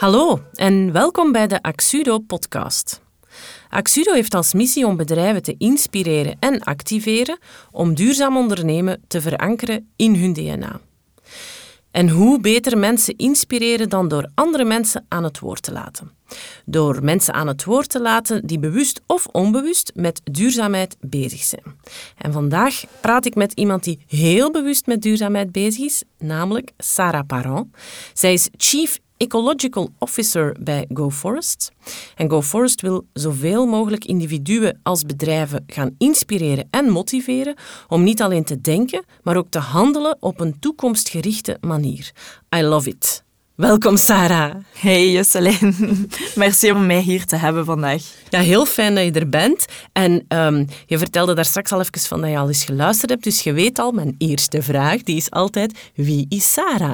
Hallo en welkom bij de Axudo-podcast. Axudo heeft als missie om bedrijven te inspireren en activeren om duurzaam ondernemen te verankeren in hun DNA. En hoe beter mensen inspireren dan door andere mensen aan het woord te laten. Door mensen aan het woord te laten die bewust of onbewust met duurzaamheid bezig zijn. En vandaag praat ik met iemand die heel bewust met duurzaamheid bezig is, namelijk Sarah Parent. Zij is Chief Ecological Officer bij GoForest. En GoForest wil zoveel mogelijk individuen als bedrijven gaan inspireren en motiveren om niet alleen te denken, maar ook te handelen op een toekomstgerichte manier. I love it. Welkom, Sarah. Hey, Jocelyn. Merci om mij hier te hebben vandaag. Ja, heel fijn dat je er bent. En je vertelde daar straks al even van dat je al eens geluisterd hebt, dus je weet al, mijn eerste vraag, die is altijd, wie is Sarah?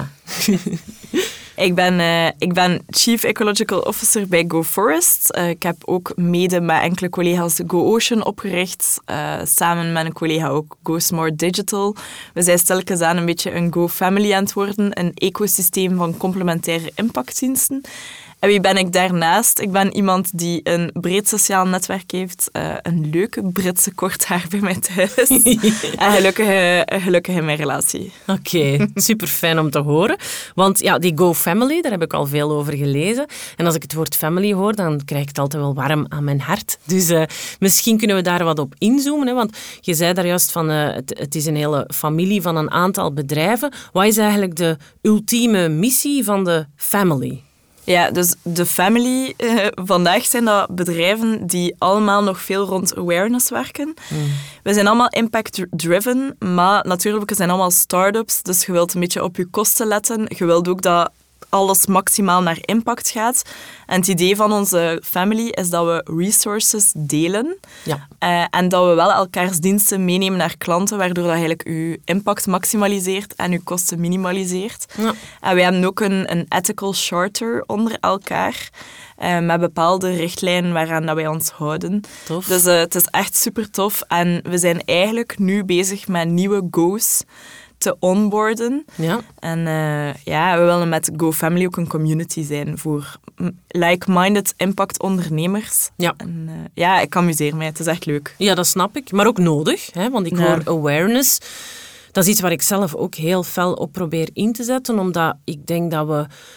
Ik ben Chief Ecological Officer bij GoForest. Ik heb ook mede met enkele collega's de GoOcean opgericht. Samen met een collega ook GoSmart Digital. We zijn stilletjes aan een beetje een GoFamily aan het worden. Een ecosysteem van complementaire impactdiensten. En wie ben ik daarnaast? Ik ben iemand die een breed sociaal netwerk heeft. Een leuke Britse kort haar bij mij thuis. En gelukkig in mijn relatie. Oké, super fijn om te horen. Want ja, die GoFamily, daar heb ik al veel over gelezen. En als ik het woord family hoor, dan krijg ik het altijd wel warm aan mijn hart. Dus misschien kunnen we daar wat op inzoomen. Hè? Want je zei daar juist van, het is een hele familie van een aantal bedrijven. Wat is eigenlijk de ultieme missie van de family? Ja, dus de family, vandaag zijn dat bedrijven die allemaal nog veel rond awareness werken. We zijn allemaal impact-driven, maar natuurlijk, we zijn allemaal start-ups, dus je wilt een beetje op je kosten letten. Je wilt ook dat alles maximaal naar impact gaat. En het idee van onze family is dat we resources delen. Ja. En dat we wel elkaars diensten meenemen naar klanten, waardoor dat eigenlijk je impact maximaliseert en je kosten minimaliseert. Ja. En wij hebben ook een ethical charter onder elkaar, met bepaalde richtlijnen waaraan dat wij ons houden. Tof. Dus het is echt super tof. En we zijn eigenlijk nu bezig met nieuwe go's te onboarden. Ja. En we willen met GoFamily ook een community zijn voor like-minded impact-ondernemers. Ja. En ik amuseer mij. Het is echt leuk. Ja, dat snap ik. Maar ook nodig, hè? Want ik hoor awareness. Dat is iets waar ik zelf ook heel fel op probeer in te zetten, omdat ik denk dat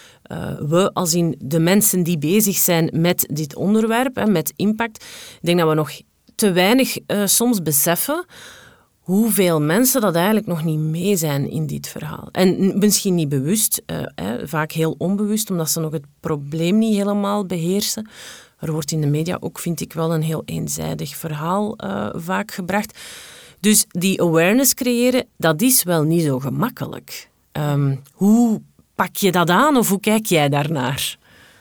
we als in de mensen die bezig zijn met dit onderwerp, hè, met impact, ik denk dat we nog te weinig soms beseffen hoeveel mensen dat eigenlijk nog niet mee zijn in dit verhaal. En misschien niet bewust, vaak heel onbewust, omdat ze nog het probleem niet helemaal beheersen. Er wordt in de media ook, vind ik, wel een heel eenzijdig verhaal vaak gebracht. Dus die awareness creëren, dat is wel niet zo gemakkelijk. Hoe pak je dat aan of hoe kijk jij daarnaar?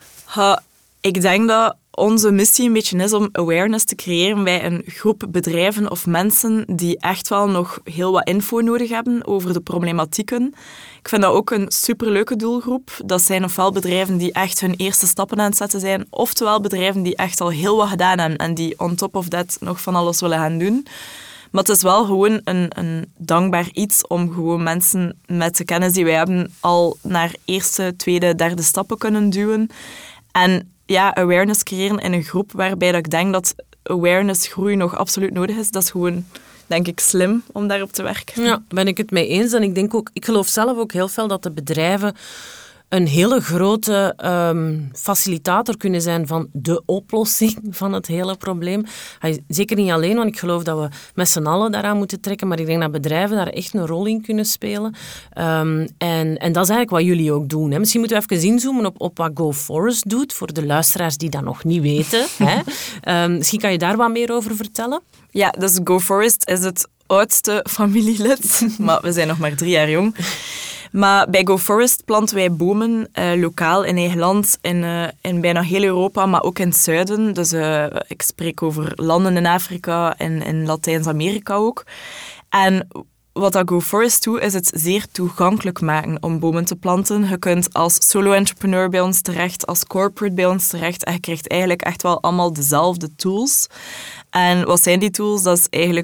Ik denk dat onze missie een beetje is om awareness te creëren bij een groep bedrijven of mensen die echt wel nog heel wat info nodig hebben over de problematieken. Ik vind dat ook een superleuke doelgroep. Dat zijn ofwel bedrijven die echt hun eerste stappen aan het zetten zijn, oftewel bedrijven die echt al heel wat gedaan hebben en die on top of that nog van alles willen gaan doen. Maar het is wel gewoon een dankbaar iets om gewoon mensen met de kennis die wij hebben al naar eerste, tweede, derde stappen kunnen duwen. En ja, awareness creëren in een groep waarbij dat ik denk dat awareness groei nog absoluut nodig is. Dat is gewoon, denk ik, slim om daarop te werken. Ja, ben ik het mee eens. En ik geloof zelf ook heel fel dat de bedrijven een hele grote facilitator kunnen zijn van de oplossing van het hele probleem. Zeker niet alleen, want ik geloof dat we met z'n allen daaraan moeten trekken, maar ik denk dat bedrijven daar echt een rol in kunnen spelen. En dat is eigenlijk wat jullie ook doen. Hè. Misschien moeten we even inzoomen op wat GoForest doet, voor de luisteraars die dat nog niet weten. Hè. Misschien kan je daar wat meer over vertellen? Ja, dus GoForest is het oudste familielid, maar we zijn nog maar 3 jaar jong. Maar bij GoForest planten wij bomen lokaal in eigen land, in bijna heel Europa, maar ook in het zuiden. Dus ik spreek over landen in Afrika en in Latijns-Amerika ook. En wat dat GoForest doet, is het zeer toegankelijk maken om bomen te planten. Je kunt als solo-entrepreneur bij ons terecht, als corporate bij ons terecht. En je krijgt eigenlijk echt wel allemaal dezelfde tools. En wat zijn die tools? Dat is eigenlijk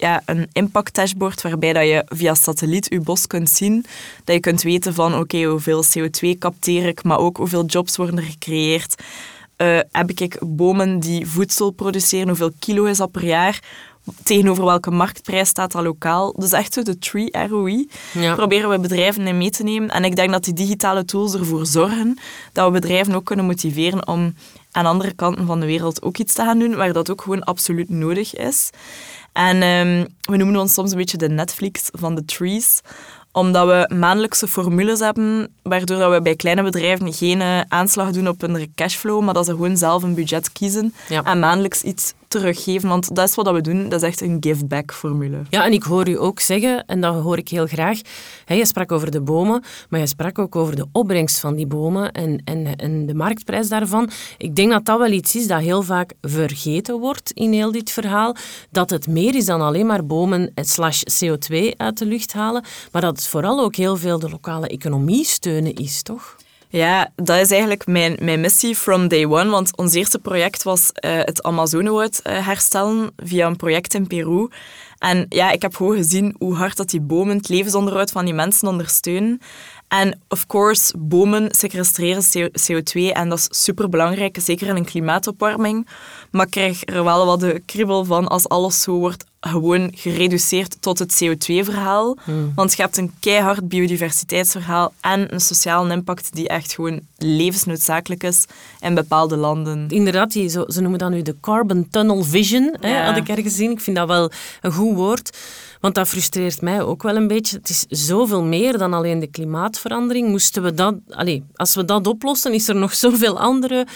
een impact dashboard waarbij dat je via satelliet je bos kunt zien. Dat je kunt weten van oké, hoeveel CO2 capteer ik, maar ook hoeveel jobs worden er gecreëerd. Heb ik bomen die voedsel produceren, hoeveel kilo is dat per jaar? Tegenover welke marktprijs staat dat lokaal? Dus echt zo de tree ROI proberen we bedrijven in mee te nemen. En ik denk dat die digitale tools ervoor zorgen dat we bedrijven ook kunnen motiveren om aan andere kanten van de wereld ook iets te gaan doen, waar dat ook gewoon absoluut nodig is. En we noemen ons soms een beetje de Netflix van de trees, omdat we maandelijkse formules hebben, waardoor dat we bij kleine bedrijven geen aanslag doen op hun cashflow, maar dat ze gewoon zelf een budget kiezen en maandelijks iets teruggeven. Want dat is wat we doen. Dat is echt een give-back-formule. Ja, en ik hoor u ook zeggen, en dat hoor ik heel graag, je sprak over de bomen, maar je sprak ook over de opbrengst van die bomen en de marktprijs daarvan. Ik denk dat dat wel iets is dat heel vaak vergeten wordt in heel dit verhaal. Dat het meer is dan alleen maar bomen / CO2 uit de lucht halen, maar dat het vooral ook heel veel de lokale economie steunen is, toch? Ja, dat is eigenlijk mijn missie from day one. Want ons eerste project was het Amazonewoud herstellen via een project in Peru. En ja, ik heb gewoon gezien hoe hard dat die bomen het levensonderhoud van die mensen ondersteunen. En of course, bomen sequestreren CO2 en dat is superbelangrijk, zeker in een klimaatopwarming. Maar ik krijg er wel wat de kriebel van als alles zo wordt gewoon gereduceerd tot het CO2-verhaal. Want je hebt een keihard biodiversiteitsverhaal en een sociale impact die echt gewoon levensnoodzakelijk is in bepaalde landen. Inderdaad, ze noemen dat nu de Carbon Tunnel Vision, had ik ergens gezien. Ik vind dat wel een goed woord. Want dat frustreert mij ook wel een beetje. Het is zoveel meer dan alleen de klimaatverandering. Als we dat oplossen, is er nog zoveel andere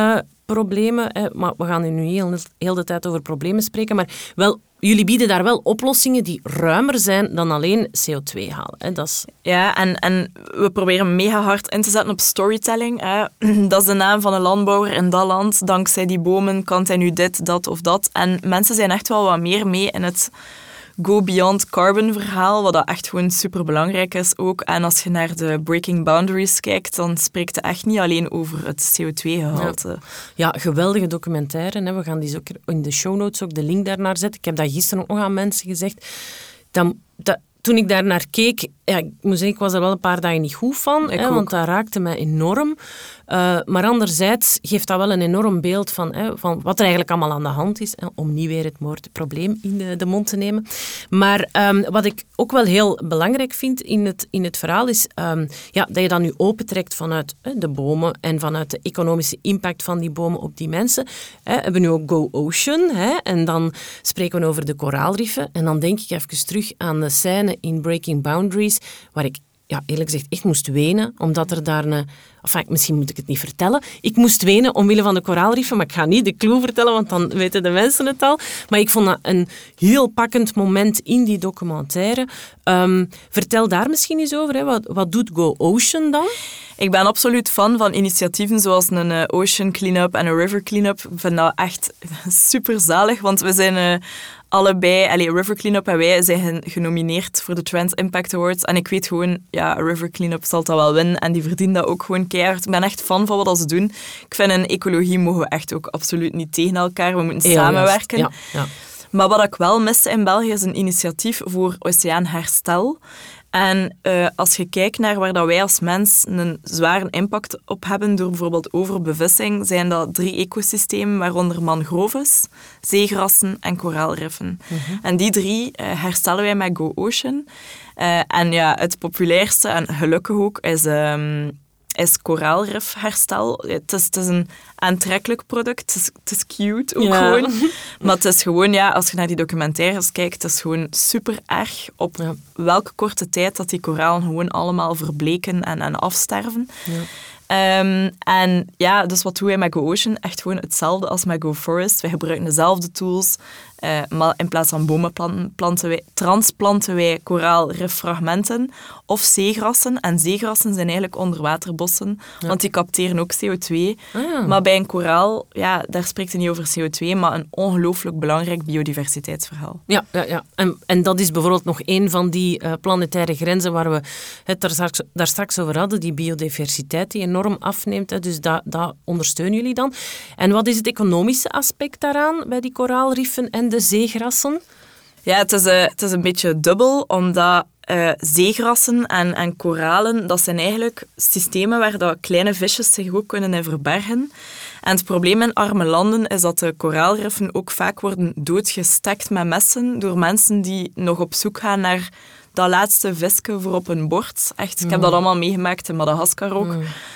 problemen. Maar we gaan nu heel de tijd over problemen spreken. Maar wel, jullie bieden daar wel oplossingen die ruimer zijn dan alleen CO2 halen. Dat is... Ja, en we proberen mega hard in te zetten op storytelling. Dat is de naam van een landbouwer in dat land. Dankzij die bomen kan hij nu dit, dat of dat. En mensen zijn echt wel wat meer mee in het Go Beyond Carbon verhaal, wat dat echt gewoon superbelangrijk is ook. En als je naar de Breaking Boundaries kijkt, dan spreekt het echt niet alleen over het CO2-gehalte. Ja, geweldige documentaire. Hè. We gaan die ook in de show notes ook de link daarnaar zetten. Ik heb dat gisteren ook nog aan mensen gezegd. Toen ik daar naar keek, ik moet zeggen, ik was er wel een paar dagen niet goed van, want dat raakte mij enorm. Maar anderzijds geeft dat wel een enorm beeld van wat er eigenlijk allemaal aan de hand is, om niet weer het moordprobleem in de mond te nemen. Maar wat ik ook wel heel belangrijk vind in het verhaal is dat je dat nu opentrekt vanuit de bomen en vanuit de economische impact van die bomen op die mensen. We hebben nu ook Go Ocean, en dan spreken we over de koraalriffen. En dan denk ik even terug aan de scène in Breaking Boundaries, waar ik eerlijk gezegd echt moest wenen, omdat er daar misschien moet ik het niet vertellen. Ik moest wenen omwille van de koraalriffen, maar ik ga niet de clue vertellen, want dan weten de mensen het al. Maar ik vond dat een heel pakkend moment in die documentaire. Vertel daar misschien eens over. Wat doet Go Ocean dan? Ik ben absoluut fan van initiatieven zoals een Ocean Cleanup en een River Cleanup. Ik vind dat echt super zalig, want we zijn allebei, River Cleanup en wij zijn genomineerd voor de Trans Impact Awards. En ik weet gewoon, River Cleanup zal dat wel winnen en die verdient dat ook gewoon keihard. Ik ben echt fan van wat ze doen. Ik vind in ecologie mogen we echt ook absoluut niet tegen elkaar. We moeten samenwerken. Ja. Maar wat ik wel mis in België is een initiatief voor oceaanherstel. En als je kijkt naar waar dat wij als mens een zware impact op hebben door bijvoorbeeld overbevissing, zijn dat 3 ecosystemen, waaronder mangroves, zeegrassen en koraalriffen. En die 3 herstellen wij met Go Ocean. En het populairste, en gelukkig ook, is koraalrifherstel. Het is een aantrekkelijk product. Het is cute ook gewoon. Maar het is gewoon, als je naar die documentaires kijkt, het is gewoon super erg op welke korte tijd dat die koralen gewoon allemaal verbleken en afsterven. Dus wat doen wij met Go Ocean? Echt gewoon hetzelfde als met Go Forest. Wij gebruiken dezelfde tools, maar in plaats van bomen transplanten wij koraalriffragmenten of zeegrassen. En zeegrassen zijn eigenlijk onderwaterbossen, want die capteren ook CO2. Maar bij een koraal, daar spreekt het niet over CO2, maar een ongelooflijk belangrijk biodiversiteitsverhaal. Ja. En dat is bijvoorbeeld nog een van die planetaire grenzen waar we het daar straks over hadden, die biodiversiteit die enorm afneemt. Dus dat ondersteunen jullie dan. En wat is het economische aspect daaraan bij die koraalriffen en de zeegrassen? Ja, het is een beetje dubbel, omdat zeegrassen en koralen, dat zijn eigenlijk systemen waar dat kleine visjes zich ook kunnen in verbergen. En het probleem in arme landen is dat de koraalriffen ook vaak worden doodgestekt met messen door mensen die nog op zoek gaan naar dat laatste visje voor op hun bord. Echt, ik heb dat allemaal meegemaakt in Madagaskar ook.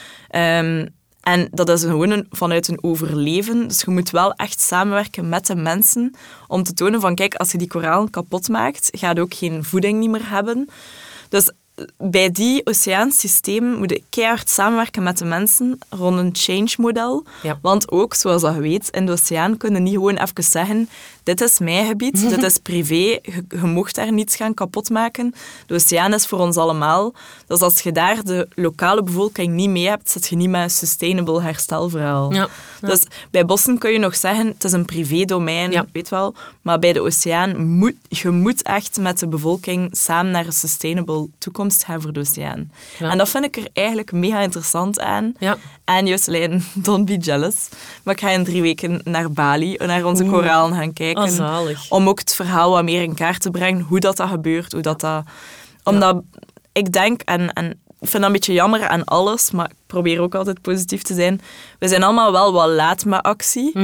En dat is gewoon vanuit een overleven. Dus je moet wel echt samenwerken met de mensen om te tonen van, kijk, als je die koralen kapot maakt, ga je ook geen voeding niet meer hebben. Dus bij die oceaansystemen moet je keihard samenwerken met de mensen rond een change-model. Ja. Want ook, zoals dat je weet, in de oceaan kunnen niet gewoon even zeggen, dit is mijn gebied, dit is privé, je mocht daar niets gaan kapotmaken. De oceaan is voor ons allemaal. Dus als je daar de lokale bevolking niet mee hebt, zit je niet met een sustainable herstelverhaal. Ja. Ja. Dus bij bossen kun je nog zeggen, het is een privé-domein, weet wel. Maar bij de oceaan, je moet echt met de bevolking samen naar een sustainable toekomst gaan voor de oceaan. Ja. En dat vind ik er eigenlijk mega interessant aan. Ja. En Jocelyn, don't be jealous. Maar ik ga in 3 weken naar Bali en naar onze koralen gaan kijken. Om ook het verhaal wat meer in kaart te brengen, hoe dat gebeurt, hoe dat... Omdat ik denk, en ik vind dat een beetje jammer aan alles, maar ik probeer ook altijd positief te zijn. We zijn allemaal wel wat laat met actie.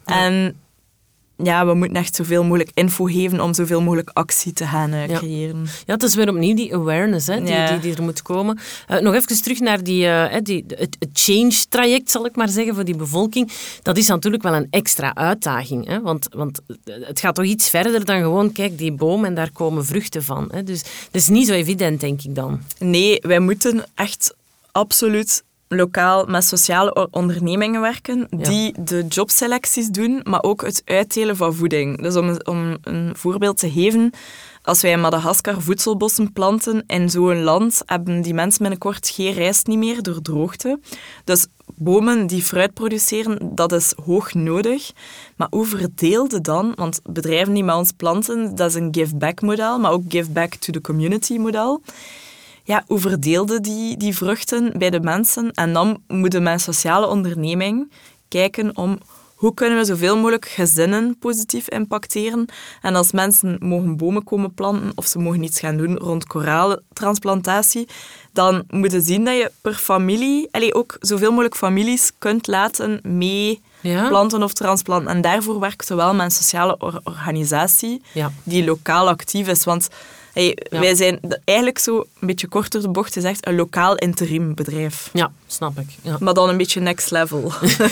En ja, we moeten echt zoveel mogelijk info geven om zoveel mogelijk actie te gaan creëren. Ja, het is weer opnieuw die awareness die er moet komen. Nog even terug naar het change-traject, zal ik maar zeggen, voor die bevolking. Dat is natuurlijk wel een extra uitdaging. Hè? Want het gaat toch iets verder dan gewoon, kijk, die boom en daar komen vruchten van. Hè? Dus dat is niet zo evident, denk ik dan. Nee, wij moeten echt absoluut lokaal met sociale ondernemingen werken die de jobselecties doen, maar ook het uitdelen van voeding. Dus om een voorbeeld te geven, als wij in Madagaskar voedselbossen planten in zo'n land, hebben die mensen binnenkort geen rijst niet meer door droogte. Dus bomen die fruit produceren, dat is hoog nodig. Maar hoe verdeelde dan? Want bedrijven die met ons planten, dat is een give-back-model, maar ook give-back-to-the-community-model. Ja, hoe verdeelde die vruchten bij de mensen? En dan moeten we met een sociale onderneming kijken om hoe kunnen we zoveel mogelijk gezinnen positief impacteren. En als mensen mogen bomen komen planten of ze mogen iets gaan doen rond koraaltransplantatie, dan moet je zien dat je per familie, ook zoveel mogelijk families kunt laten mee planten of transplanten. En daarvoor werkt ze wel met een sociale organisatie die lokaal actief is. Want wij zijn eigenlijk zo een beetje kort door de bocht gezegd een lokaal interim bedrijf. Ja, snap ik. Ja. Maar dan een beetje next level.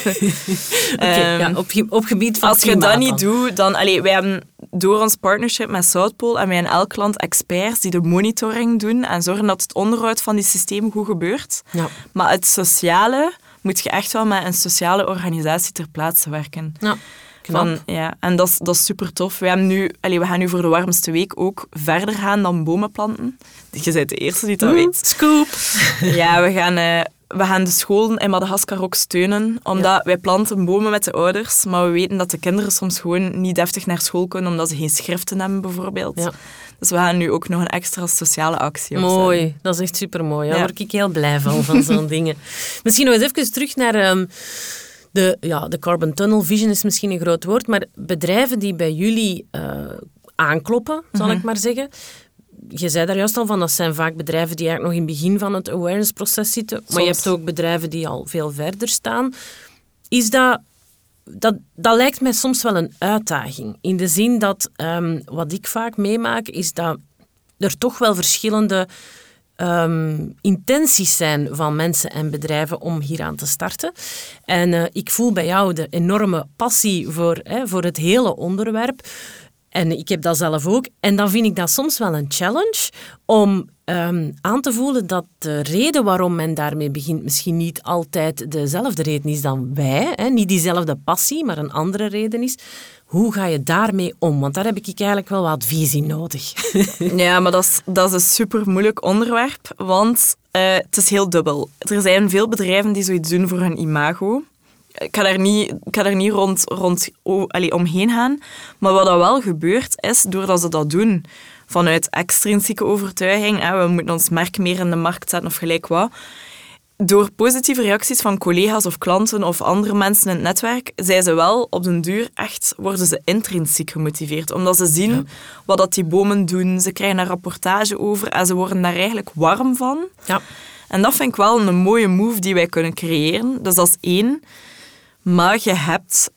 Op gebied van als je dat niet doet, dan... wij hebben door ons partnership met Southpole en wij in elk land experts die de monitoring doen en zorgen dat het onderhoud van die systemen goed gebeurt. Ja. Maar het sociale moet je echt wel met een sociale organisatie ter plaatse werken. Ja. En dat is super tof. We gaan nu voor de warmste week ook verder gaan dan bomen planten. Je bent de eerste die dat weet. Scoop! Ja, we gaan de scholen in Madagaskar ook steunen, omdat wij planten bomen met de ouders, maar we weten dat de kinderen soms gewoon niet deftig naar school kunnen, omdat ze geen schriften hebben, bijvoorbeeld. Ja. Dus we gaan nu ook nog een extra sociale actie opzetten. Mooi, dat is echt supermooi. Daar word ik heel blij van zo'n dingen. Misschien nog eens even terug naar... De carbon tunnel vision is misschien een groot woord, maar bedrijven die bij jullie aankloppen, zal ik maar zeggen. Je zei daar juist al van, dat zijn vaak bedrijven die eigenlijk nog in het begin van het awareness-proces zitten. Maar je hebt ook bedrijven die al veel verder staan. Is dat lijkt mij soms wel een uitdaging. In de zin dat, wat ik vaak meemaak, is dat er toch wel verschillende intenties zijn van mensen en bedrijven om hieraan te starten. En ik voel bij jou de enorme passie voor het hele onderwerp. En ik heb dat zelf ook. En dan vind ik dat soms wel een challenge om aan te voelen dat de reden waarom men daarmee begint misschien niet altijd dezelfde reden is dan wij. Hè? Niet diezelfde passie, maar een andere reden is. Hoe ga je daarmee om? Want daar heb ik eigenlijk wel wat visie nodig. Ja, maar dat is een super moeilijk onderwerp, want het is heel dubbel. Er zijn veel bedrijven die zoiets doen voor hun imago. Ik ga daar niet rond omheen gaan. Maar wat er wel gebeurt, is doordat ze dat doen vanuit extrinsieke overtuiging, we moeten ons merk meer in de markt zetten of gelijk wat, door positieve reacties van collega's of klanten of andere mensen in het netwerk, zijn ze wel op den duur echt, worden ze intrinsiek gemotiveerd. Omdat ze zien wat dat die bomen doen. Ze krijgen een rapportage over en ze worden daar eigenlijk warm van. Ja. En dat vind ik wel een mooie move die wij kunnen creëren. Dus dat is 1. Maar je hebt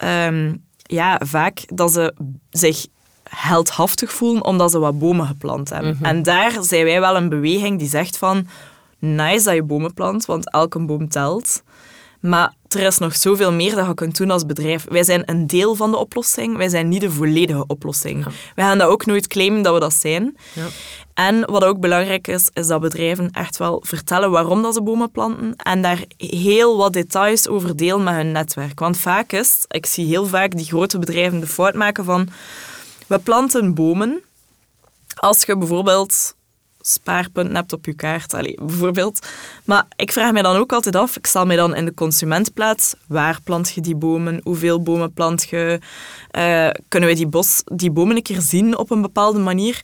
vaak dat ze zich heldhaftig voelen omdat ze wat bomen geplant hebben. Mm-hmm. En daar zijn wij wel een beweging die zegt van nice dat je bomen plant, want elke boom telt. Maar er is nog zoveel meer dat je kunt doen als bedrijf. Wij zijn een deel van de oplossing, wij zijn niet de volledige oplossing. Ja. Wij gaan dat ook nooit claimen dat we dat zijn. Ja. En wat ook belangrijk is dat bedrijven echt wel vertellen waarom dat ze bomen planten en daar heel wat details over delen met hun netwerk. Want vaak ik zie heel vaak die grote bedrijven de fout maken van we planten bomen als je bijvoorbeeld spaarpunten hebt op je kaart. Bijvoorbeeld. Maar ik vraag mij dan ook altijd af, ik stel mij dan in de consument plaats, waar plant je die bomen? Hoeveel bomen plant je? Kunnen we die bomen een keer zien op een bepaalde manier?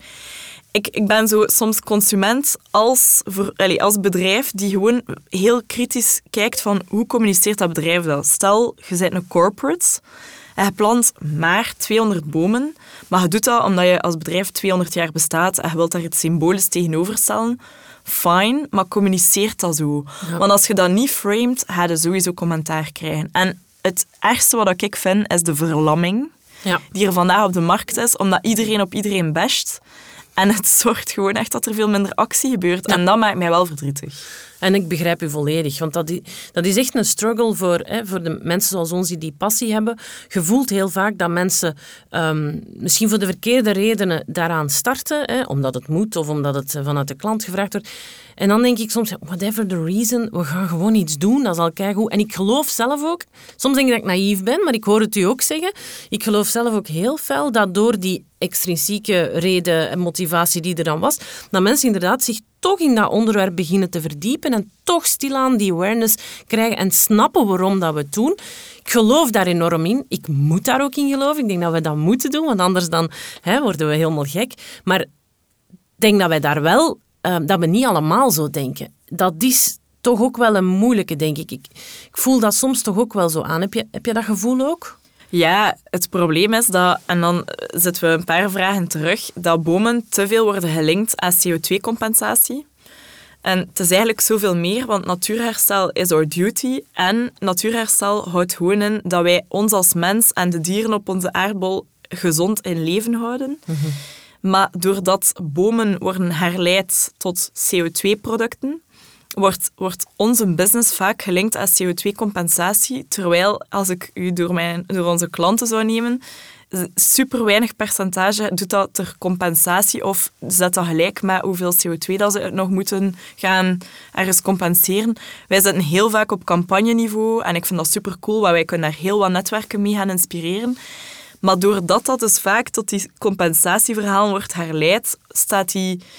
Ik ben zo soms consument als bedrijf die gewoon heel kritisch kijkt van hoe communiceert dat bedrijf dat. Stel, je bent een corporate en je plant maar 200 bomen, maar je doet dat omdat je als bedrijf 200 jaar bestaat en je wilt daar iets symbolisch tegenover stellen. Fine, maar communiceert dat zo. Ja. Want als je dat niet framet, ga je sowieso commentaar krijgen. En het ergste wat ik vind, is de verlamming die er vandaag op de markt is, omdat iedereen op iedereen basht. En het zorgt gewoon echt dat er veel minder actie gebeurt. Ja. En dat maakt mij wel verdrietig. En ik begrijp u volledig, want dat is echt een struggle voor de mensen zoals ons die passie hebben. Je voelt heel vaak dat mensen misschien voor de verkeerde redenen daaraan starten, omdat het moet of omdat het vanuit de klant gevraagd wordt. En dan denk ik soms, whatever the reason, we gaan gewoon iets doen, dat is al keigoed. En ik geloof zelf ook, soms denk ik dat ik naïef ben, maar ik hoor het u ook zeggen, ik geloof zelf ook heel fel dat door die extrinsieke reden en motivatie die er dan was, dat mensen inderdaad zich toch in dat onderwerp beginnen te verdiepen en toch stilaan die awareness krijgen en snappen waarom dat we het doen. Ik geloof daar enorm in. Ik moet daar ook in geloven. Ik denk dat we dat moeten doen, want anders dan worden we helemaal gek. Maar ik denk dat wij daar wel, dat we niet allemaal zo denken. Dat is toch ook wel een moeilijke, denk ik. Ik voel dat soms toch ook wel zo aan. Heb je dat gevoel ook? Ja, het probleem is dat, en dan zetten we een paar vragen terug, dat bomen te veel worden gelinkt aan CO2-compensatie. En het is eigenlijk zoveel meer, want natuurherstel is our duty. En natuurherstel houdt gewoon in dat wij ons als mens en de dieren op onze aardbol gezond in leven houden. Mm-hmm. Maar doordat bomen worden herleid tot CO2-producten, wordt onze business vaak gelinkt aan CO2-compensatie, terwijl, als ik u door onze klanten zou nemen, super weinig percentage doet dat ter compensatie of zet dat gelijk met hoeveel CO2 dat ze nog moeten gaan ergens compenseren. Wij zitten heel vaak op campagneniveau en ik vind dat super cool, want wij kunnen daar heel wat netwerken mee gaan inspireren. Maar doordat dat dus vaak tot die compensatieverhaal wordt herleid, staat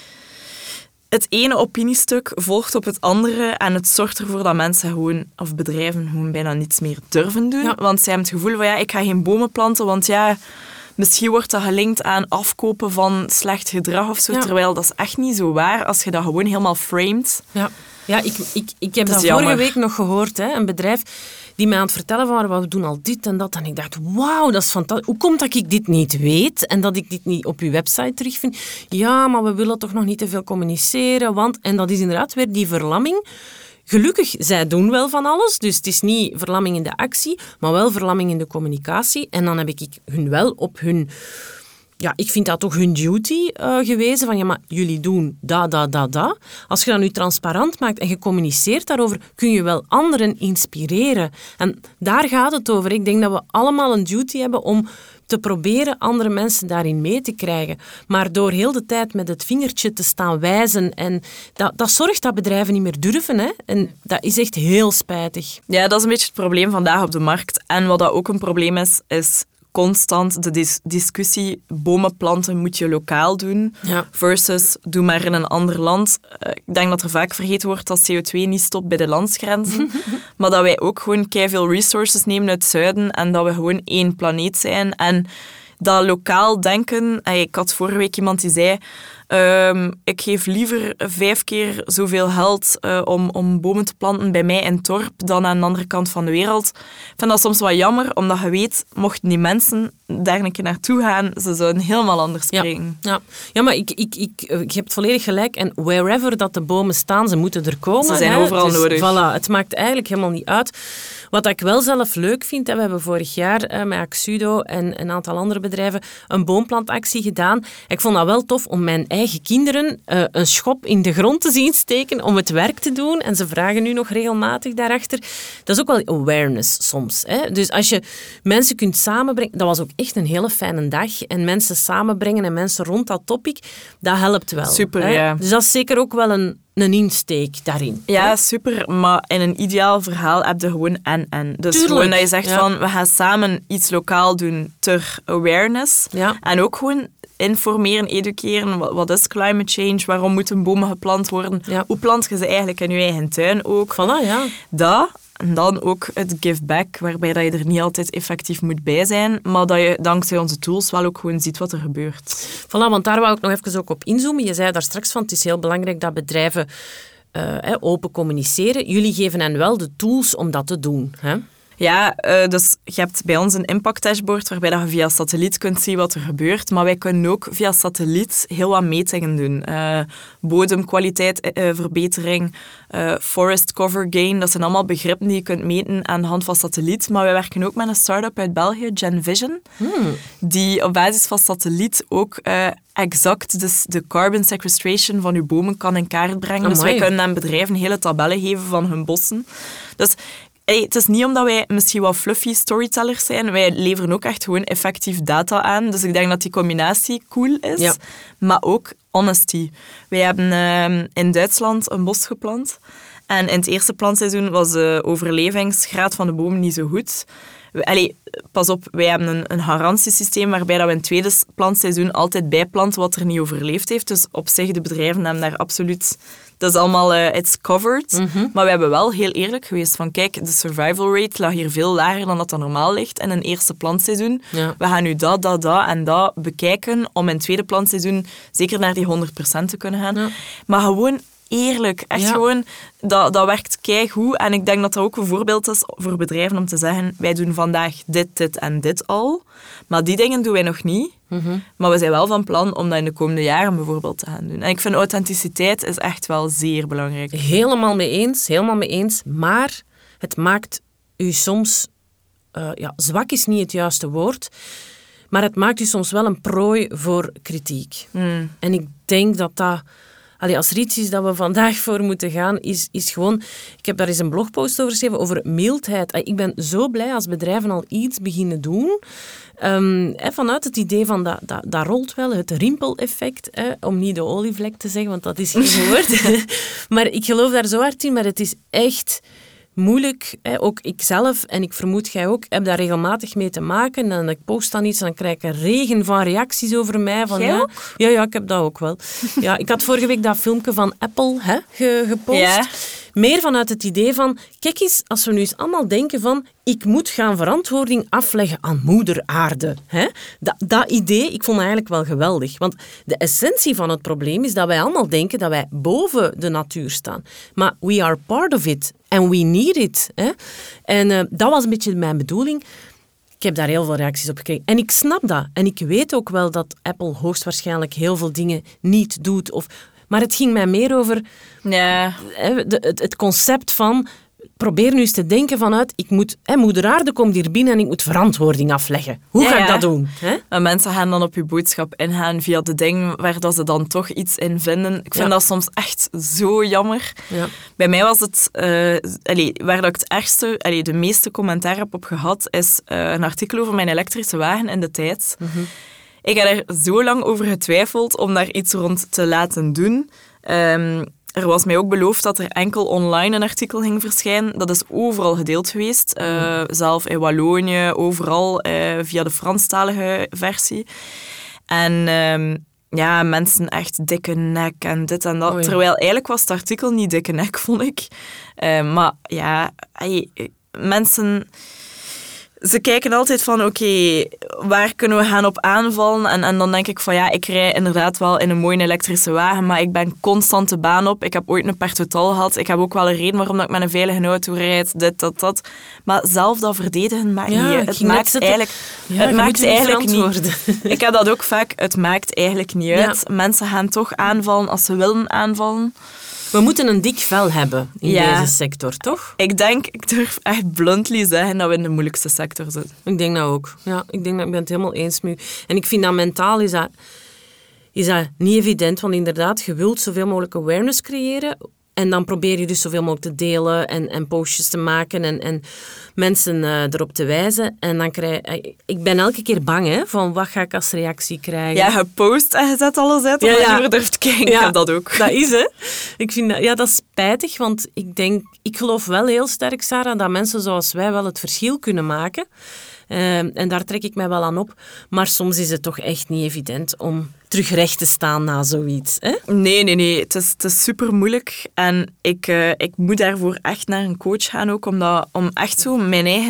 het ene opiniestuk volgt op het andere en het zorgt ervoor dat mensen gewoon, of bedrijven gewoon bijna niets meer durven doen. Ja. Want zij hebben het gevoel van, ik ga geen bomen planten, want misschien wordt dat gelinkt aan afkopen van slecht gedrag of zo, terwijl dat is echt niet zo waar als je dat gewoon helemaal framet. Ja, ik heb dat vorige week nog gehoord, een bedrijf die mij aan het vertellen van, we doen al dit en dat. En ik dacht, wauw, dat is fantastisch. Hoe komt dat ik dit niet weet en dat ik dit niet op uw website terugvind? Ja, maar we willen toch nog niet te veel communiceren, want... En dat is inderdaad weer die verlamming. Gelukkig, zij doen wel van alles, dus het is niet verlamming in de actie, maar wel verlamming in de communicatie. En dan heb ik hun wel op hun... Ja, ik vind dat toch hun duty gewezen, van maar jullie doen dat. Als je dat nu transparant maakt en je communiceert daarover, kun je wel anderen inspireren. En daar gaat het over. Ik denk dat we allemaal een duty hebben om te proberen andere mensen daarin mee te krijgen. Maar door heel de tijd met het vingertje te staan wijzen, en dat zorgt dat bedrijven niet meer durven. Hè? En dat is echt heel spijtig. Ja, dat is een beetje het probleem vandaag op de markt. En wat dat ook een probleem is constant de discussie, bomen planten moet je lokaal doen, versus doe maar in een ander land. Ik denk dat er vaak vergeten wordt dat CO2 niet stopt bij de landsgrenzen, maar dat wij ook gewoon keiveel resources nemen uit het zuiden en dat we gewoon één planeet zijn. En dat lokaal denken, ik had vorige week iemand die zei, Ik geef liever 5 keer zoveel geld om bomen te planten bij mij in het dorp dan aan de andere kant van de wereld. Ik vind dat soms wat jammer, omdat je weet, mochten die mensen daar een keer naartoe gaan, ze zouden helemaal anders spreken. Ja, maar je hebt volledig gelijk. En wherever dat de bomen staan, ze moeten er komen. Ze zijn overal nodig. Voilà, het maakt eigenlijk helemaal niet uit. Wat ik wel zelf leuk vind, we hebben vorig jaar met Axudo en een aantal andere bedrijven een boomplantactie gedaan. Ik vond dat wel tof om mijn eigen kinderen een schop in de grond te zien steken om het werk te doen. En ze vragen nu nog regelmatig daarachter. Dat is ook wel awareness soms. Hè? Dus als je mensen kunt samenbrengen... Dat was ook echt een hele fijne dag. En mensen samenbrengen en mensen rond dat topic, dat helpt wel. Super, hè? ja. Dus dat is zeker ook wel een insteek daarin. Ja, super. Maar in een ideaal verhaal heb je gewoon en. Dus Tuurlijk. gewoon dat je zegt van, we gaan samen iets lokaal doen ter awareness. Ja. En ook gewoon informeren, educeren. Wat is climate change? Waarom moeten bomen geplant worden? Ja. Hoe plant je ze eigenlijk in je eigen tuin ook? Voilà, ja. Dat. En dan ook het give back, waarbij dat je er niet altijd effectief moet bij zijn, maar dat je dankzij onze tools wel ook gewoon ziet wat er gebeurt. Voilà, want daar wou ik nog even ook op inzoomen. Je zei daar straks van, het is heel belangrijk dat bedrijven open communiceren. Jullie geven hen wel de tools om dat te doen, hè? Ja, dus je hebt bij ons een impact dashboard waarbij je via satelliet kunt zien wat er gebeurt. Maar wij kunnen ook via satelliet heel wat metingen doen. Bodemkwaliteit, verbetering, forest cover gain. Dat zijn allemaal begrippen die je kunt meten aan de hand van satelliet. Maar wij werken ook met een start-up uit België, GenVision, die op basis van satelliet ook exact dus de carbon sequestration van uw bomen kan in kaart brengen. Dus wij kunnen aan bedrijven hele tabellen geven van hun bossen. Dus het is niet omdat wij misschien wat fluffy storytellers zijn. Wij leveren ook echt gewoon effectief data aan. Dus ik denk dat die combinatie cool is. Ja. Maar ook honesty. Wij hebben in Duitsland een bos geplant. En in het eerste plantseizoen was de overlevingsgraad van de bomen niet zo goed. Pas op, wij hebben een garantiesysteem waarbij dat we in het tweede plantseizoen altijd bijplanten wat er niet overleefd heeft. Dus op zich, de bedrijven hebben daar absoluut... Dat is allemaal, it's covered. Mm-hmm. Maar we hebben wel heel eerlijk geweest van, kijk, de survival rate lag hier veel lager dan dat normaal ligt in een eerste plantseizoen. Ja. We gaan nu dat bekijken om in het tweede plantseizoen zeker naar die 100% te kunnen gaan. Ja. Maar gewoon eerlijk, echt gewoon, dat werkt keigoed. En ik denk dat dat ook een voorbeeld is voor bedrijven om te zeggen, wij doen vandaag dit en dit al. Maar die dingen doen wij nog niet. Mm-hmm. Maar we zijn wel van plan om dat in de komende jaren bijvoorbeeld te gaan doen. En ik vind authenticiteit is echt wel zeer belangrijk. Helemaal mee eens. Maar het maakt u soms... zwak is niet het juiste woord. Maar het maakt u soms wel een prooi voor kritiek. Mm. En ik denk dat... als er iets is dat we vandaag voor moeten gaan, is gewoon... Ik heb daar eens een blogpost over geschreven, over mildheid. Ik ben zo blij als bedrijven al iets beginnen doen. Vanuit het idee van, dat rolt wel, het rimpeleffect, om niet de olievlek te zeggen, want dat is geen woord. Maar ik geloof daar zo hard in, maar het is echt... moeilijk, ook ikzelf en ik vermoed jij ook, heb daar regelmatig mee te maken. En ik post dan iets en dan krijg ik een regen van reacties over mij. Van, ja, ik heb dat ook wel. Ja, ik had vorige week dat filmpje van Apple gepost. Ja. Meer vanuit het idee van, kijk eens, als we nu eens allemaal denken van, ik moet gaan verantwoording afleggen aan moeder aarde. Hè? Dat idee, ik vond het eigenlijk wel geweldig. Want de essentie van het probleem is dat wij allemaal denken dat wij boven de natuur staan. Maar we are part of it. And we need it. Hè? En dat was een beetje mijn bedoeling. Ik heb daar heel veel reacties op gekregen. En ik snap dat. En ik weet ook wel dat Apple hoogstwaarschijnlijk heel veel dingen niet doet. Maar het ging mij meer over het concept van... Probeer nu eens te denken vanuit... moeder aarde komt hier binnen en ik moet verantwoording afleggen. Hoe ga ik dat doen? En mensen gaan dan op je boodschap ingaan via de dingen waar dat ze dan toch iets in vinden. Ik vind dat soms echt zo jammer. Ja. Bij mij was het... waar dat ik de meeste commentaar heb op gehad, is een artikel over mijn elektrische wagen in De Tijd. Mm-hmm. Ik heb er zo lang over getwijfeld om daar iets rond te laten doen. Er was mij ook beloofd dat er enkel online een artikel ging verschijnen. Dat is overal gedeeld geweest. Zelf in Wallonië, overal via de Franstalige versie. En mensen echt dikke nek en dit en dat. Terwijl eigenlijk was het artikel niet dikke nek, vond ik. Maar ja, mensen... Ze kijken altijd van, oké, waar kunnen we gaan op aanvallen? En dan denk ik van, ja, ik rij inderdaad wel in een mooie elektrische wagen, maar ik ben constant de baan op. Ik heb ooit een Pertotal gehad. Ik heb ook wel een reden waarom ik met een veilige auto rijd, dit, dat. Maar zelf dat verdedigen maakt niet. Het maakt eigenlijk niet. Ik heb dat ook vaak. Het maakt eigenlijk niet uit. Mensen gaan toch aanvallen als ze willen aanvallen. We moeten een dik vel hebben in deze sector, toch? Ik durf echt bluntly zeggen dat we in de moeilijkste sector zitten. Ik denk dat ook. Ja, ik ben het helemaal eens met u. En ik vind dat mentaal is dat niet evident, want inderdaad, je wilt zoveel mogelijk awareness creëren en dan probeer je dus zoveel mogelijk te delen en postjes te maken en mensen erop te wijzen. En dan ik ben elke keer bang, van wat ga ik als reactie krijgen. Ja, je post en je zet alles uit omdat je er durft kijken. Ik heb dat ook. Dat is, hè. Ik vind dat is spijtig, want ik geloof wel heel sterk, Sarah, dat mensen zoals wij wel het verschil kunnen maken. En daar trek ik mij wel aan op. Maar soms is het toch echt niet evident om terug recht te staan na zoiets. Hè? Nee. Het is super moeilijk. En ik moet daarvoor echt naar een coach gaan ook. Om echt zo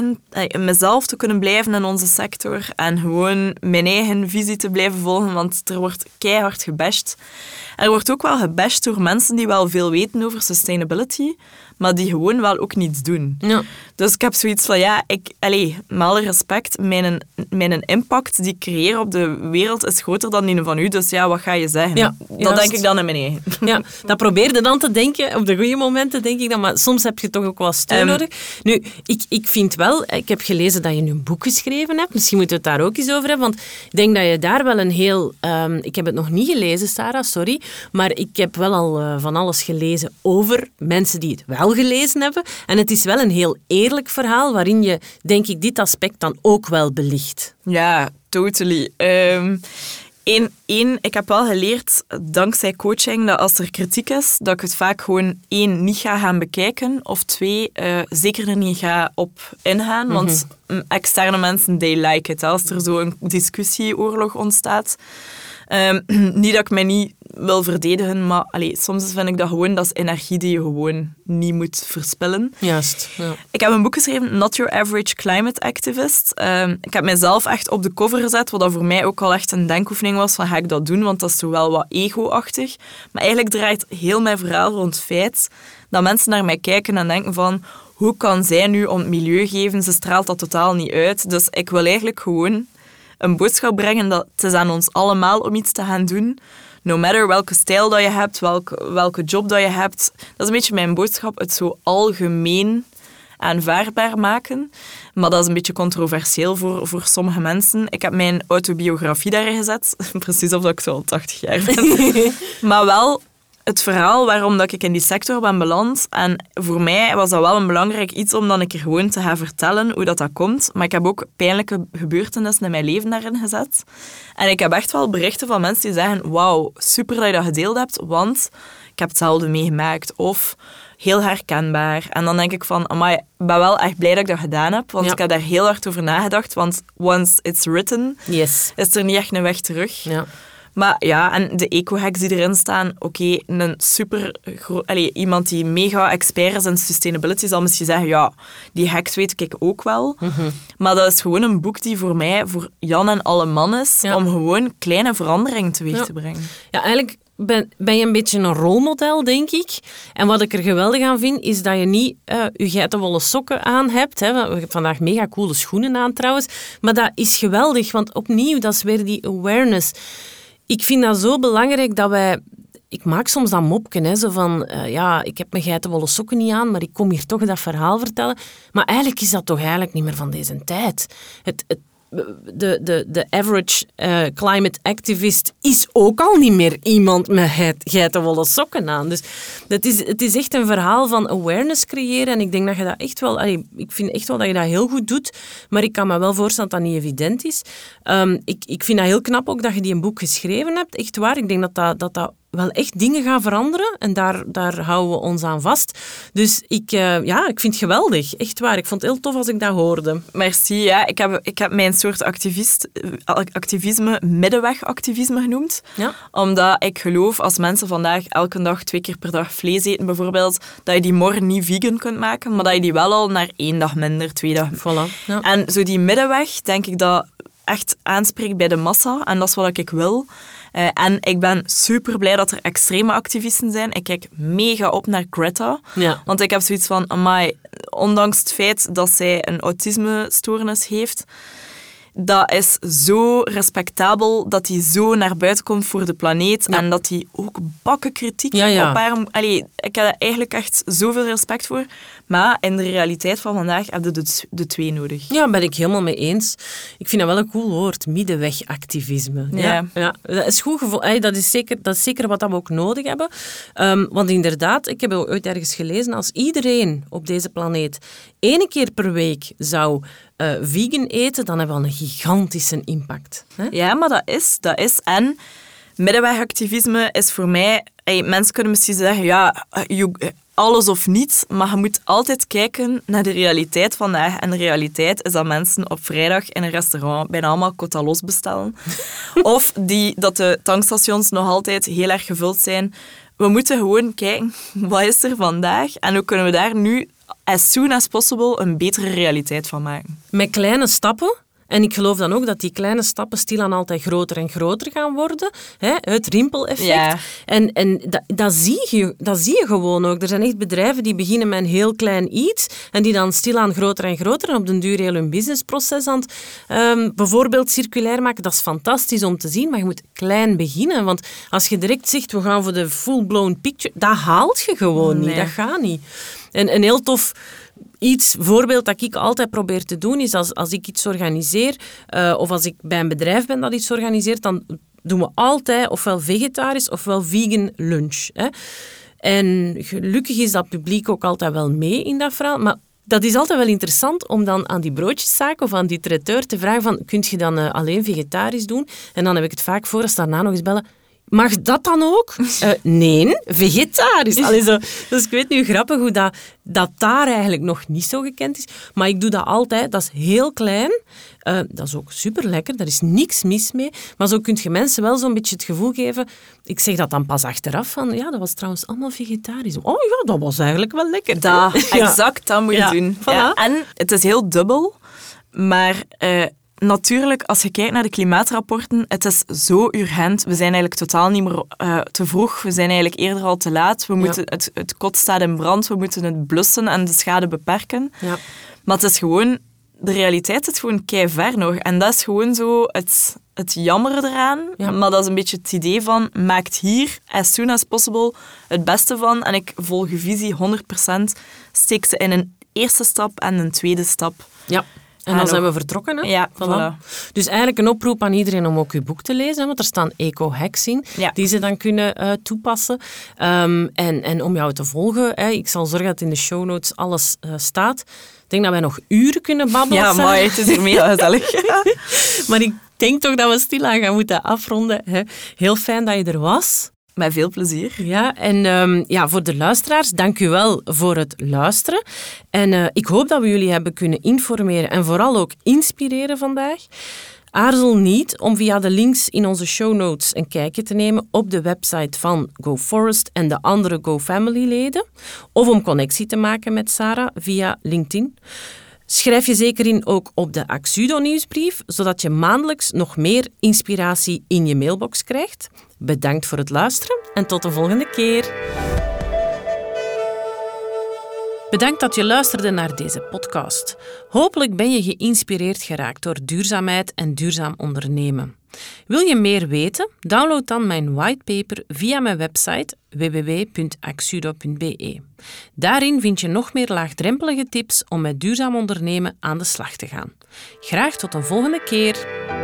mezelf te kunnen blijven in onze sector. En gewoon mijn eigen visie te blijven volgen. Want er wordt keihard gebashed. Er wordt ook wel gebashed door mensen die wel veel weten over sustainability. Maar die gewoon wel ook niets doen. Ja. Dus ik heb zoiets van, met alle respect, mijn impact die ik creëer op de wereld is groter dan die van u. Dus ja, wat ga je zeggen? Ja, dat denk ik dan in mijn eigen. Ja, dat probeerde dan te denken. Op de goede momenten denk ik dan. Maar soms heb je toch ook wel steun nodig. Nu, ik vind wel... Ik heb gelezen dat je nu een boek geschreven hebt. Misschien moeten we het daar ook eens over hebben. Want ik denk dat je daar wel een heel... ik heb het nog niet gelezen, Sarah, sorry. Maar ik heb wel al van alles gelezen over mensen die het wel gelezen hebben. En het is wel een heel eerlijk verhaal waarin je, denk ik, dit aspect dan ook wel belicht. Ja, totally. Ik heb wel geleerd, dankzij coaching, dat als er kritiek is, dat ik het vaak gewoon 1, niet ga gaan bekijken, of 2, zeker er niet ga op ingaan, want externe mensen, they like it. Als er zo een discussieoorlog ontstaat. Niet dat ik mij niet wil verdedigen, maar soms vind ik dat gewoon, dat is energie die je gewoon niet moet verspillen. Juist. Ja. Ik heb een boek geschreven, Not Your Average Climate Activist. Ik heb mijzelf echt op de cover gezet, wat dat voor mij ook al echt een denkoefening was van ga ik dat doen, want dat is toch wel wat ego-achtig. Maar eigenlijk draait heel mijn verhaal rond het feit dat mensen naar mij kijken en denken van hoe kan zij nu om het milieu geven? Ze straalt dat totaal niet uit. Dus ik wil eigenlijk gewoon een boodschap brengen dat het is aan ons allemaal om iets te gaan doen. No matter welke stijl dat je hebt, welke job dat je hebt. Dat is een beetje mijn boodschap, het zo algemeen aanvaardbaar maken. Maar dat is een beetje controversieel voor sommige mensen. Ik heb mijn autobiografie daarin gezet. Precies of dat ik zo al 80 jaar ben. Maar wel het verhaal waarom dat ik in die sector ben beland. En voor mij was dat wel een belangrijk iets om dan een keer gewoon te gaan vertellen hoe dat komt. Maar ik heb ook pijnlijke gebeurtenissen in mijn leven daarin gezet. En ik heb echt wel berichten van mensen die zeggen wauw, super dat je dat gedeeld hebt, want ik heb hetzelfde meegemaakt. Of heel herkenbaar. En dan denk ik van, amai, ik ben wel echt blij dat ik dat gedaan heb, want ik heb daar heel hard over nagedacht. Want once it's written, is er niet echt een weg terug. Ja. Maar ja, en de eco-hacks die erin staan, een super iemand die mega expert is in sustainability zal misschien zeggen, ja, die hacks weet ik ook wel. Maar dat is gewoon een boek die voor mij, voor Jan en alle man is, om gewoon kleine veranderingen teweeg te brengen. Ja, eigenlijk ben je een beetje een rolmodel, denk ik. En wat ik er geweldig aan vind, is dat je niet je geitenwolle sokken aan hebt. Hè. We hebben vandaag mega coole schoenen aan trouwens. Maar dat is geweldig, want opnieuw, dat is weer die awareness. Ik vind dat zo belangrijk dat wij... Ik maak soms dat mopje, hè, zo van... ik heb mijn geitenwolle sokken niet aan, maar ik kom hier toch dat verhaal vertellen. Maar eigenlijk is dat toch eigenlijk niet meer van deze tijd. De average climate activist is ook al niet meer iemand met geitenwolle sokken aan. Dus het is echt een verhaal van awareness creëren. En ik denk dat je dat echt wel... ik vind echt wel dat je dat heel goed doet. Maar ik kan me wel voorstellen dat dat niet evident is. Ik vind dat heel knap ook dat je die een boek geschreven hebt. Echt waar. Ik denk dat wel echt dingen gaan veranderen. En daar houden we ons aan vast. Dus ik vind het geweldig. Echt waar. Ik vond het heel tof als ik dat hoorde. Merci. Ja. Ik heb mijn soort activisme middenwegactivisme genoemd. Ja. Omdat ik geloof, als mensen vandaag elke dag 2 keer per dag vlees eten bijvoorbeeld, dat je die morgen niet vegan kunt maken, maar dat je die wel al naar 1 dag minder, 2 dagen... Voilà. Ja. En zo die middenweg, denk ik dat echt aanspreekt bij de massa. En dat is wat ik wil. En ik ben super blij dat er extreme activisten zijn. Ik kijk mega op naar Greta. Ja. Want ik heb zoiets van, amai, ondanks het feit dat zij een autismestoornis heeft, dat is zo respectabel dat hij zo naar buiten komt voor de planeet. Ja. En dat hij ook bakken kritiek op haar... Allee, ik heb er eigenlijk echt zoveel respect voor. Maar in de realiteit van vandaag heb je de 2 nodig. Ja, ben ik helemaal mee eens. Ik vind dat wel een cool woord, middenwegactivisme. Ja. Dat is goed gevoel. Dat is zeker wat we ook nodig hebben. Want inderdaad, ik heb ooit ergens gelezen, als iedereen op deze planeet 1 keer per week zou vegan eten, dan hebben we al een gigantische impact. Hè? Ja, maar dat is. En middenwegactivisme is voor mij... mensen kunnen misschien zeggen, alles of niets, maar je moet altijd kijken naar de realiteit vandaag. En de realiteit is dat mensen op vrijdag in een restaurant bijna allemaal quota los bestellen. Of dat de tankstations nog altijd heel erg gevuld zijn. We moeten gewoon kijken, wat is er vandaag? En hoe kunnen we daar nu, as soon as possible, een betere realiteit van maken? Met kleine stappen. En ik geloof dan ook dat die kleine stappen stilaan altijd groter en groter gaan worden. Hè? Het rimpeleffect. Ja. En dat zie je gewoon ook. Er zijn echt bedrijven die beginnen met een heel klein iets en die dan stilaan groter en groter en op den duur heel hun businessproces aan het bijvoorbeeld circulair maken. Dat is fantastisch om te zien, maar je moet klein beginnen. Want als je direct zegt, we gaan voor de full-blown picture, dat haalt je gewoon niet. Dat gaat niet. En een heel tof... voorbeeld dat ik altijd probeer te doen, is als ik iets organiseer, of als ik bij een bedrijf ben dat iets organiseert, dan doen we altijd ofwel vegetarisch ofwel vegan lunch. Hè. En gelukkig is dat publiek ook altijd wel mee in dat verhaal, maar dat is altijd wel interessant om dan aan die broodjeszaak of aan die traiteur te vragen van, kun je dan alleen vegetarisch doen? En dan heb ik het vaak voor als daarna nog eens bellen. Mag dat dan ook? Nee, vegetarisch. Allee, zo. Dus ik weet nu grappig hoe dat daar eigenlijk nog niet zo gekend is. Maar ik doe dat altijd. Dat is heel klein. Dat is ook super lekker. Daar is niks mis mee. Maar zo kun je mensen wel zo'n beetje het gevoel geven... Ik zeg dat dan pas achteraf van... Ja, dat was trouwens allemaal vegetarisch. Oh ja, dat was eigenlijk wel lekker. Exact, dat moet je doen. Voilà. Ja. En het is heel dubbel. Maar... natuurlijk, als je kijkt naar de klimaatrapporten, het is zo urgent. We zijn eigenlijk totaal niet meer te vroeg. We zijn eigenlijk eerder al te laat. We moeten het kot staat in brand. We moeten het blussen en de schade beperken. Ja. Maar het is gewoon... De realiteit zit gewoon keiver nog. En dat is gewoon zo het jammer eraan. Ja. Maar dat is een beetje het idee van... Maak hier, as soon as possible, het beste van. En ik volg je visie 100%. Steek ze in een eerste stap en een tweede stap. Ja. En dan zijn we vertrokken. Hè? Ja, voilà. Dus eigenlijk een oproep aan iedereen om ook uw boek te lezen. Hè, want er staan eco-hacks in, die ze dan kunnen toepassen. En om jou te volgen, hè, ik zal zorgen dat in de show notes alles staat. Ik denk dat wij nog uren kunnen babbelen. Ja, maar het is hier mega gezellig. Maar ik denk toch dat we stilaan gaan moeten afronden. Hè. Heel fijn dat je er was. Met veel plezier. Ja, en voor de luisteraars, dank u wel voor het luisteren. En ik hoop dat we jullie hebben kunnen informeren en vooral ook inspireren vandaag. Aarzel niet om via de links in onze show notes een kijkje te nemen op de website van GoForest en de andere GoFamily-leden. Of om connectie te maken met Sarah via LinkedIn. Schrijf je zeker in ook op de Axudo-nieuwsbrief, zodat je maandelijks nog meer inspiratie in je mailbox krijgt. Bedankt voor het luisteren en tot de volgende keer. Bedankt dat je luisterde naar deze podcast. Hopelijk ben je geïnspireerd geraakt door duurzaamheid en duurzaam ondernemen. Wil je meer weten? Download dan mijn whitepaper via mijn website www.axudo.be. Daarin vind je nog meer laagdrempelige tips om met duurzaam ondernemen aan de slag te gaan. Graag tot een volgende keer.